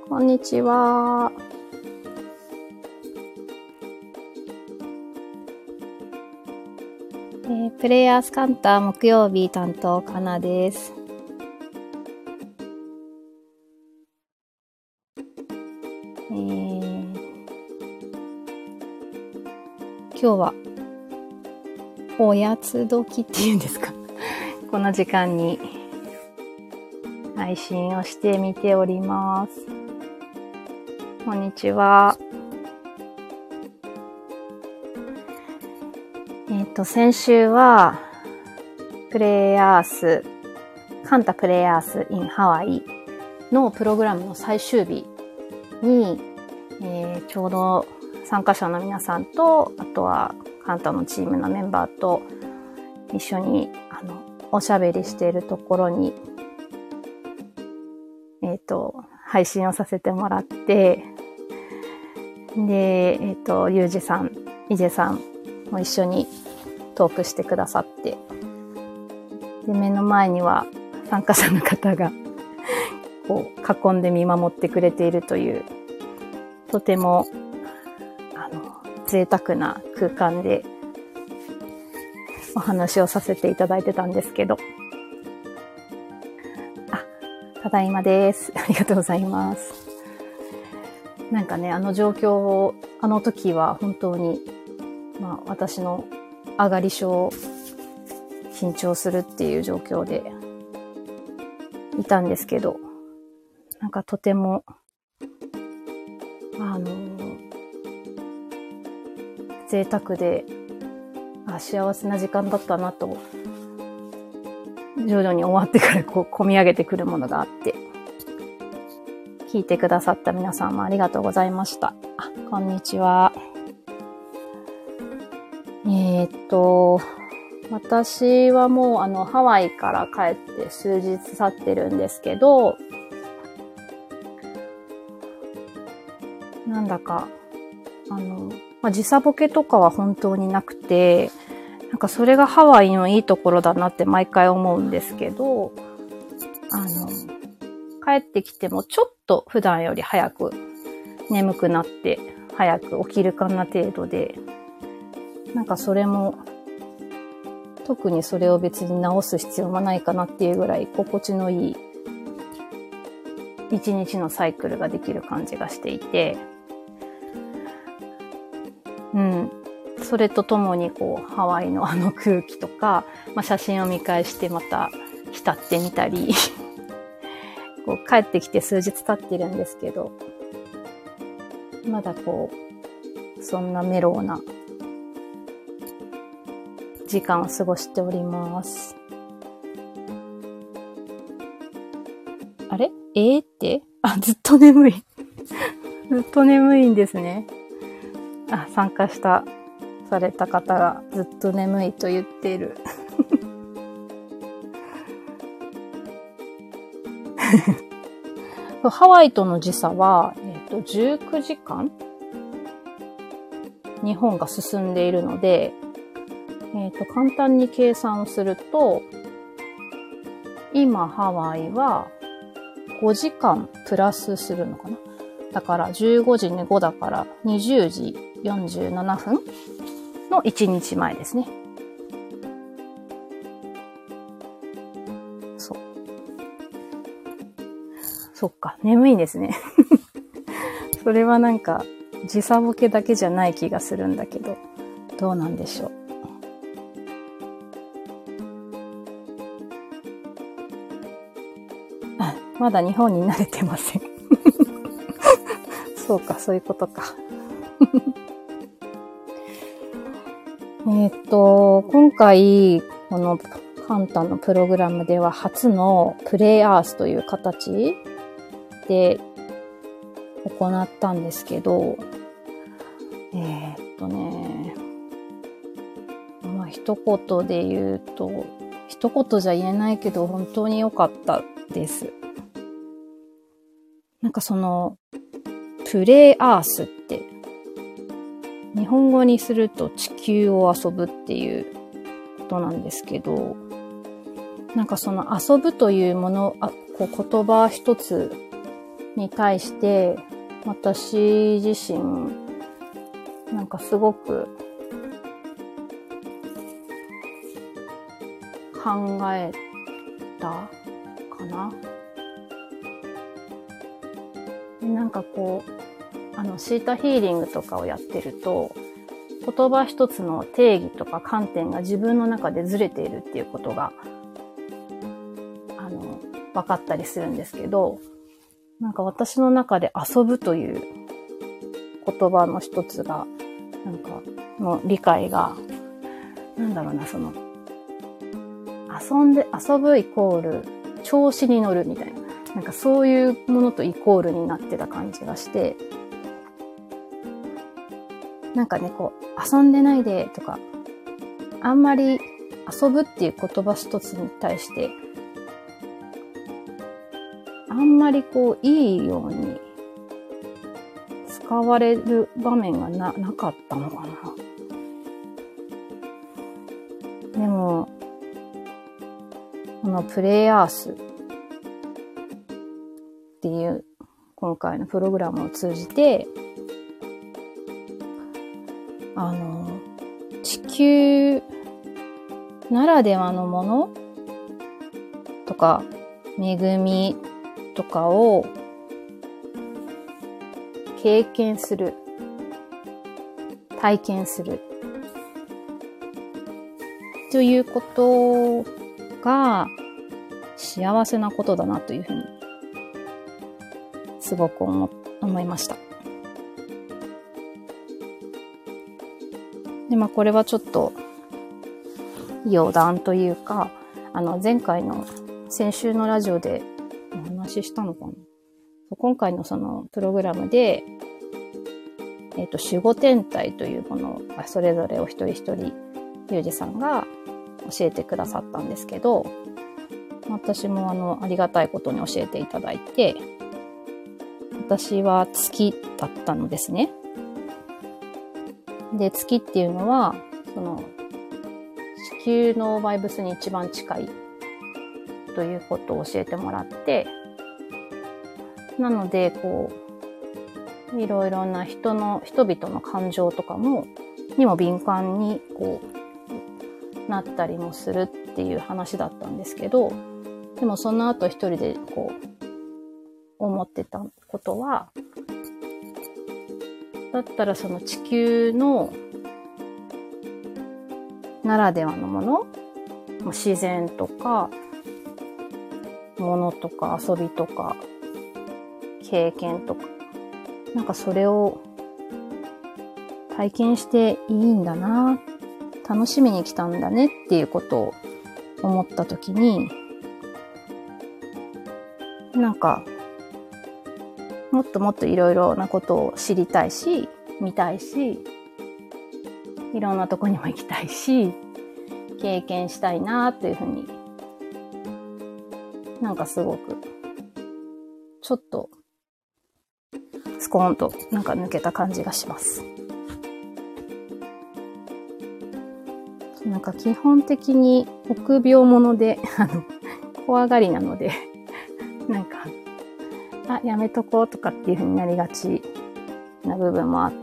こんにちは。プレイヤースカンター木曜日担当かなです。今日はおやつ時っていうんですかこの時間に配信をしてみております。こんにちは。先週はプレイヤースカンタプレイヤース in ハワイのプログラムの最終日に、ちょうど参加者の皆さんと、あとはカンタのチームのメンバーと一緒におしゃべりしているところに配信をさせてもらって、でゆうじさん、いじさんも一緒にトークしてくださって、で目の前には参加者の方がこう囲んで見守ってくれているという、とても贅沢な空間でお話をさせていただいてたんですけど、ただいまです。ありがとうございます。なんかね、状況を、時は本当に、私の上がり症、緊張するっていう状況でいたんですけど、なんかとても、贅沢で、幸せな時間だったなと、徐々に終わってから込み上げてくるものがあって、聞いてくださった皆さんもありがとうございました。こんにちは。私はもうハワイから帰って数日経ってるんですけど、なんだか、時差ボケとかは本当になくて、なんかそれがハワイのいいところだなって毎回思うんですけど、帰ってきてもちょっと普段より早く眠くなって早く起きるかな程度で、なんかそれも特にそれを別に直す必要もないかなっていうぐらい心地のいい一日のサイクルができる感じがしていて、それとともにハワイの空気とか、写真を見返してまた浸ってみたり帰ってきて数日経ってるんですけど、まだそんなメロウな時間を過ごしております。あれ？ってずっと眠い。ずっと眠いんですね。参加された方がずっと眠いと言っている。ハワイとの時差は、19時間日本が進んでいるので、簡単に計算をすると、今ハワイは5時間プラスするのかな。だから15時に5だから20時47分の1日前ですね。そっか、眠いんですね。それはなんか時差ボケだけじゃない気がするんだけど、どうなんでしょう。まだ日本に慣れてません。そうか、そういうことか。今回、このカンタのプログラムでは初のプレイアースという形で行ったんですけど、一言で言うと、一言じゃ言えないけど本当に良かったです。なんかプレイアースって日本語にすると地球を遊ぶっていうことなんですけど、なんか遊ぶというもの、言葉一つに対して、私自身、なんかすごく考えたかな。なんかこう、シータヒーリングとかをやってると、言葉一つの定義とか観点が自分の中でずれているっていうことが、分かったりするんですけど、なんか私の中で遊ぶという言葉の一つが、なんかの理解が、なんだろうな、遊ぶイコール調子に乗るみたいな、なんかそういうものとイコールになってた感じがして、なんかね、こう、遊んでないでとか、あんまり遊ぶっていう言葉一つに対して、あんまりこう、いいように使われる場面がなかったのかな。でも、このプレイアースっていう今回のプログラムを通じて、地球ならではのものとか、恵みとかを経験する、体験するということが幸せなことだなというふうにすごく思いました。で、これはちょっと余談というか、前回の先週のラジオでお話ししたのかな。今回のそのプログラムで、守護天体というものをそれぞれお一人一人ゆうじさんが教えてくださったんですけど、私もありがたいことに教えていただいて、私は月だったのですね。で、月っていうのは、地球のバイブスに一番近いということを教えてもらって、なので、こう、いろいろな人々の感情とかにも敏感に、こう、なったりもするっていう話だったんですけど、でもその後一人で、こう、思ってたことは、だったらその地球のならではのもの、自然とか、物とか遊びとか、経験とか、なんかそれを体験していいんだな、楽しみに来たんだねっていうことを思ったときに、なんか、もっともっといろいろなことを知りたいし、見たいし、いろんなとこにも行きたいし、経験したいなというふうに、なんかすごく、ちょっと、スコーンとなんか抜けた感じがします。なんか基本的に臆病者で、怖がりなので、なんか、やめとこうとかっていう風になりがちな部分もあって。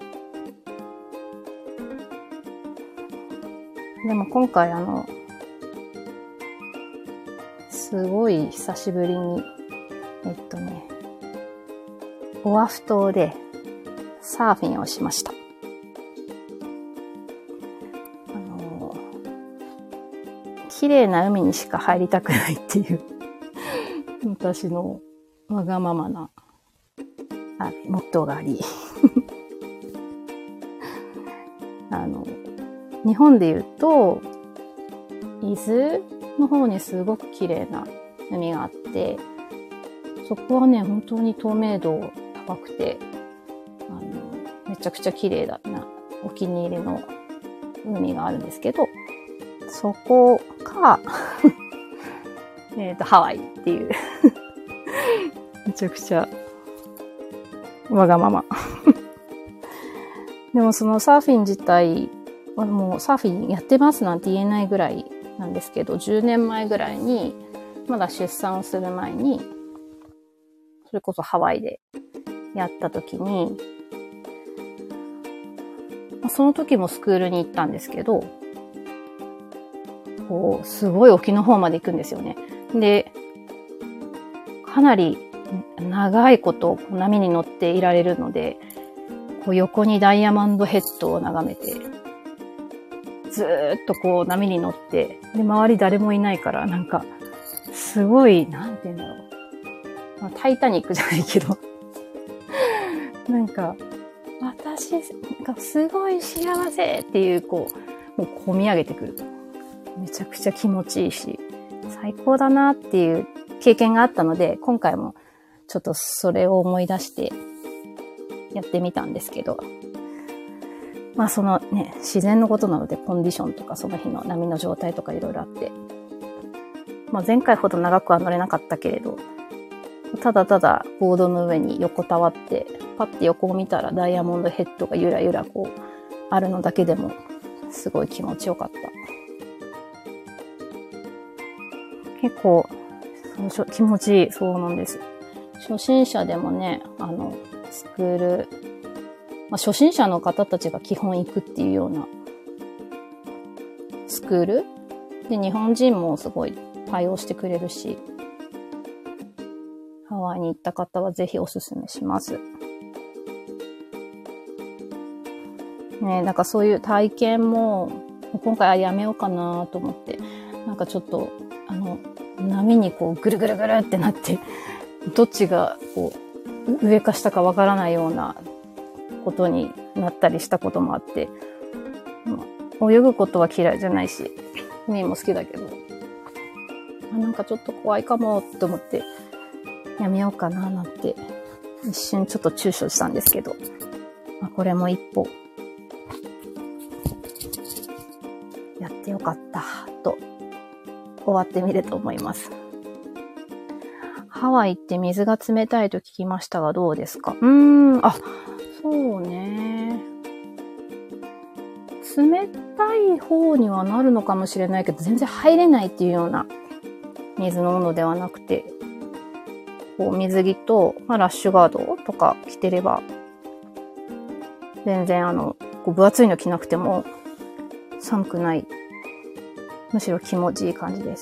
でも今回すごい久しぶりに、オアフ島でサーフィンをしました。綺麗な海にしか入りたくないっていう私のわがままなモットーがあり日本で言うと伊豆の方にすごく綺麗な海があって、そこはね本当に透明度高くてめちゃくちゃ綺麗だなお気に入りの海があるんですけど、そこかハワイっていうめちゃくちゃわがままでもそのサーフィン自体はもうサーフィンやってますなんて言えないぐらいなんですけど、10年前ぐらいにまだ出産をする前にそれこそハワイでやった時に、その時もスクールに行ったんですけど、こう、すごい沖の方まで行くんですよね。で、かなり長いこと波に乗っていられるので、こう横にダイヤモンドヘッドを眺めて、ずーっとこう波に乗って、で、周り誰もいないから、なんか、すごい、なんて言うんだろう。タイタニックじゃないけど、なんか、私がすごい幸せっていう、こう、もう込み上げてくる。めちゃくちゃ気持ちいいし、最高だなっていう経験があったので、今回もちょっとそれを思い出してやってみたんですけど、まあそのね、自然のことなのでコンディションとかその日の波の状態とかいろいろあって、まあ前回ほど長くは乗れなかったけれど、ただただボードの上に横たわって、パッて横を見たらダイヤモンドヘッドがゆらゆらこうあるのだけでもすごい気持ちよかった。結構気持ちいい。そうなんです。初心者でもね、スクール、まあ、初心者の方たちが基本行くっていうようなスクールで、日本人もすごい対応してくれるし、ハワイに行った方はぜひおすすめします。ね、なんかそういう体験も今回はやめようかなと思って、なんかちょっと波にこうぐるぐるぐるってなって、どっちがこう上か下かわからないようなことになったりしたこともあって、泳ぐことは嫌いじゃないし、海も好きだけど、なんかちょっと怖いかもと思ってやめようかななんて一瞬ちょっと躊躇したんですけど、まあ、これも一歩やってよかったと終わってみると思います。ハワイって水が冷たいと聞きましたがどうですか？あ、そうね。冷たい方にはなるのかもしれないけど、全然入れないっていうような水の温度ではなくて、こう水着と、まあ、ラッシュガードとか着てれば、全然こう分厚いの着なくても寒くない。むしろ気持ちいい感じです。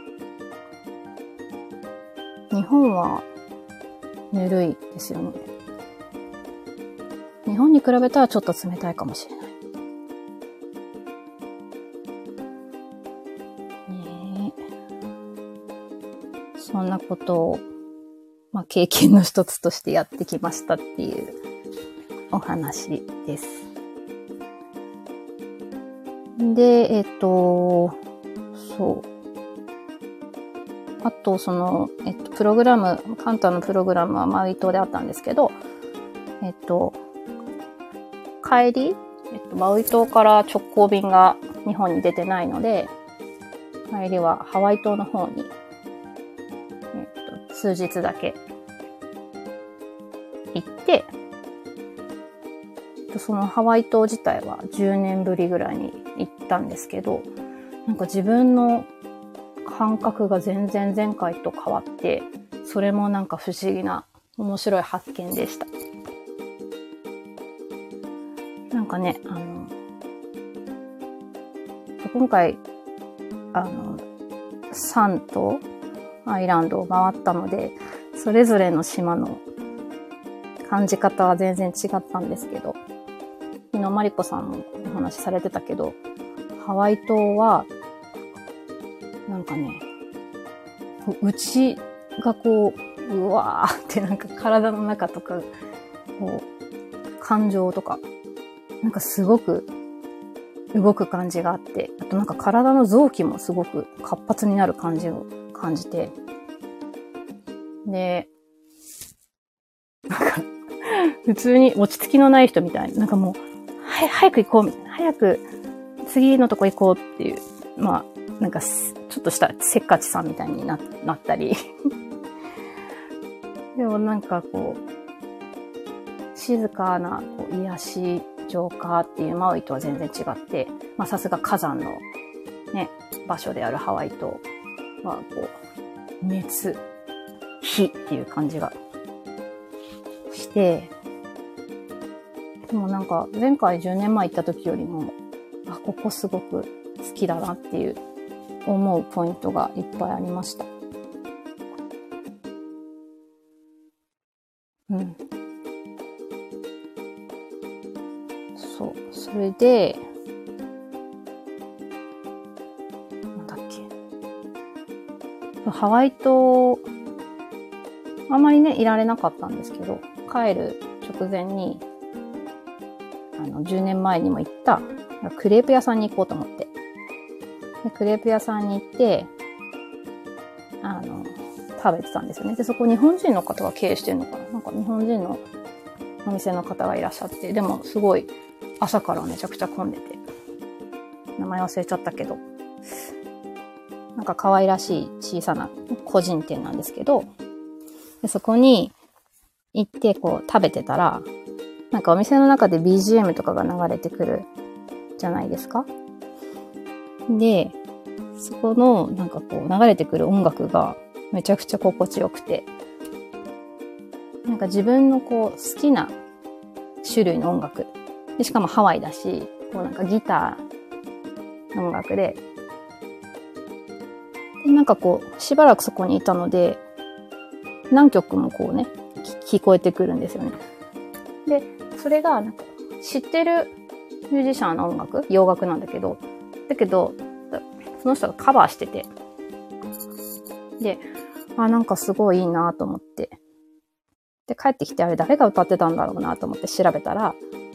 日本はぬるいですよね。日本に比べたらちょっと冷たいかもしれない。ねえ。そんなことを、まあ、経験の一つとしてやってきましたっていうお話です。で、そう。あと、プログラム、カンタのプログラムはマウイ島であったんですけど、帰り、マウイ島から直行便が日本に出てないので、帰りはハワイ島の方に、数日だけ行って、そのハワイ島自体は10年ぶりぐらいに行ったんですけど、なんか自分の感覚が全然前回と変わって、それもなんか不思議な面白い発見でした。なんかね、今回、3とアイランドを回ったので、それぞれの島の感じ方は全然違ったんですけど、昨日マリコさんもお話しされてたけど、ハワイ島は、なんかね、内がこう、うわーってなんか体の中とか、こう、感情とか、なんかすごく動く感じがあって、あとなんか体の臓器もすごく活発になる感じを感じて、で、なんか、普通に落ち着きのない人みたいな、なんかもう、早く行こうみたいな、早く次のとこ行こうっていう、まあ、なんかちょっとしたせっかちさんみたいになったり。でもなんかこう、静かなこう癒し浄化っていうマウイとは全然違って、まあさすが火山のね、場所であるハワイ島はこう、熱、火っていう感じがして、でもなんか前回10年前行った時よりも、あ、ここすごく好きだなっていう思うポイントがいっぱいありました。うん。そう。それで、なんだっけ。ハワイ島、あんまりね、いられなかったんですけど、帰る直前に、10年前にも行った、クレープ屋さんに行こうと思って。でクレープ屋さんに行って、食べてたんですよね。で、そこ日本人の方が経営してるのかな、なんか日本人のお店の方がいらっしゃって、でもすごい朝からめちゃくちゃ混んでて、名前忘れちゃったけど、なんか可愛らしい小さな個人店なんですけど、でそこに行ってこう食べてたら、なんかお店の中で BGM とかが流れてくるじゃないですか。で、そこのなんかこう流れてくる音楽がめちゃくちゃ心地よくて、なんか自分のこう好きな種類の音楽で、しかもハワイだし、こうなんかギターの音楽で、なんかこうしばらくそこにいたので、何曲もこうね聞こえてくるんですよね。で、それがなんか知ってるミュージシャンの音楽、洋楽なんだけど、その人がカバーしてて、で、なんかすごいいいなと思って、で帰ってきて、あれ誰が歌ってたんだろうなと思って調べたら、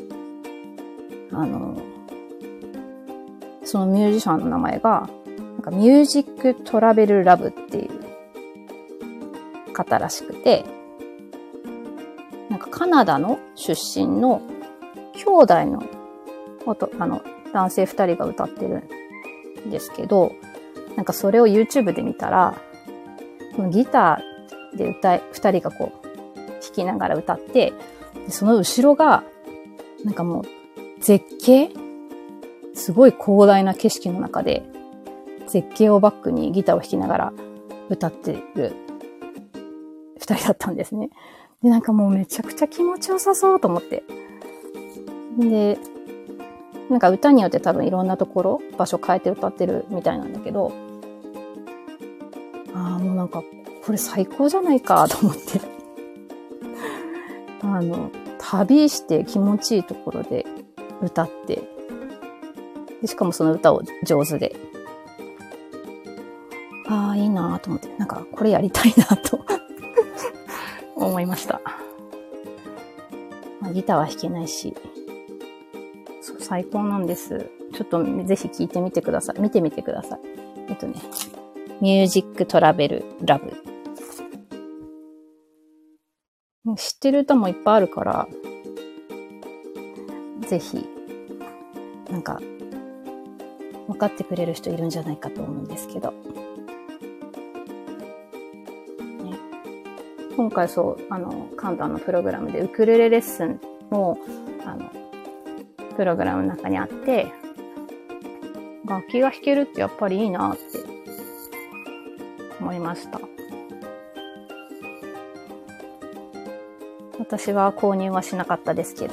そのミュージシャンの名前がなんかミュージックトラベルラブっていう方らしくて、なんかカナダの出身の兄弟の男性2人が歌ってるんですけど、なんかそれを YouTube で見たら、このギターで2人がこう弾きながら歌って、でその後ろがなんかもう絶景、すごい広大な景色の中で絶景をバックにギターを弾きながら歌ってる2人だったんですね。で、なんかもうめちゃくちゃ気持ちよさそうと思って。で、なんか歌によって多分いろんなところ、場所変えて歌ってるみたいなんだけど、もうなんか、これ最高じゃないかと思って。旅して気持ちいいところで歌って、でしかもその歌を上手で。いいなと思って、なんかこれやりたいなと思いました。ギターは弾けないし、そう最高なんです。ちょっとぜひ聴いてみてください。見てみてください。ミュージックトラベルラブ。知ってる歌もいっぱいあるから、ぜひ、なんか、分かってくれる人いるんじゃないかと思うんですけど。今回カンタのプログラムでウクレレレッスンも、プログラムの中にあって、楽器が弾けるってやっぱりいいなって思いました。私は購入はしなかったですけど、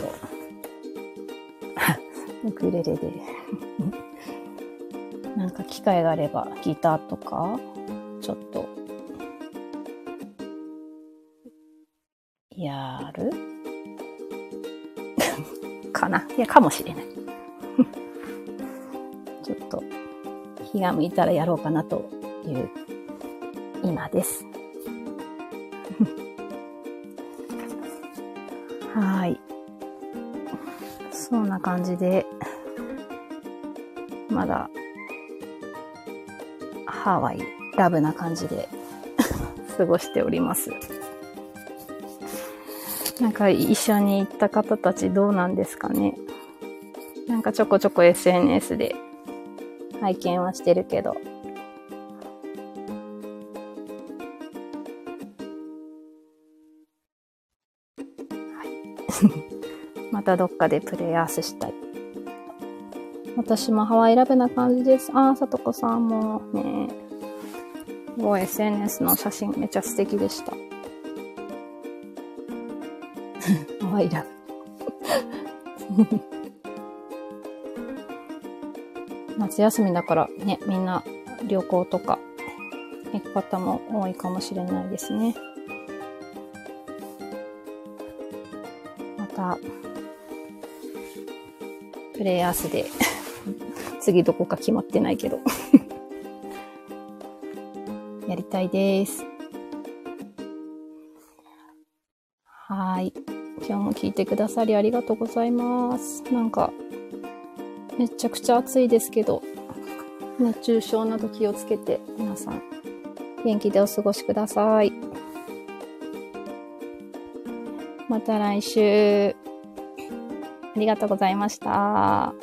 ウクレレでなんか機会があればギターとかちょっとやるかな、いやかもしれないちょっと気が向いたらやろうかなという今ですはい。そんな感じで、まだ、ハワイ、ラブな感じで過ごしております。なんか一緒に行った方たちどうなんですかね。なんかちょこちょこ SNS で拝見はしてるけど。またどっかでプレイアースしたい。私もハワイラブな感じです。さとこさんもね、すごい SNS の写真めっちゃ素敵でした。 ワイラ。夏休みだからね、みんな旅行とか行く方も多いかもしれないですね。また、プレイヤースで次どこか決まってないけどやりたいです。はい。今日も聞いてくださりありがとうございます。なんか、めちゃくちゃ暑いですけど、熱中症など気をつけて、皆さん、元気でお過ごしください。また来週。ありがとうございました。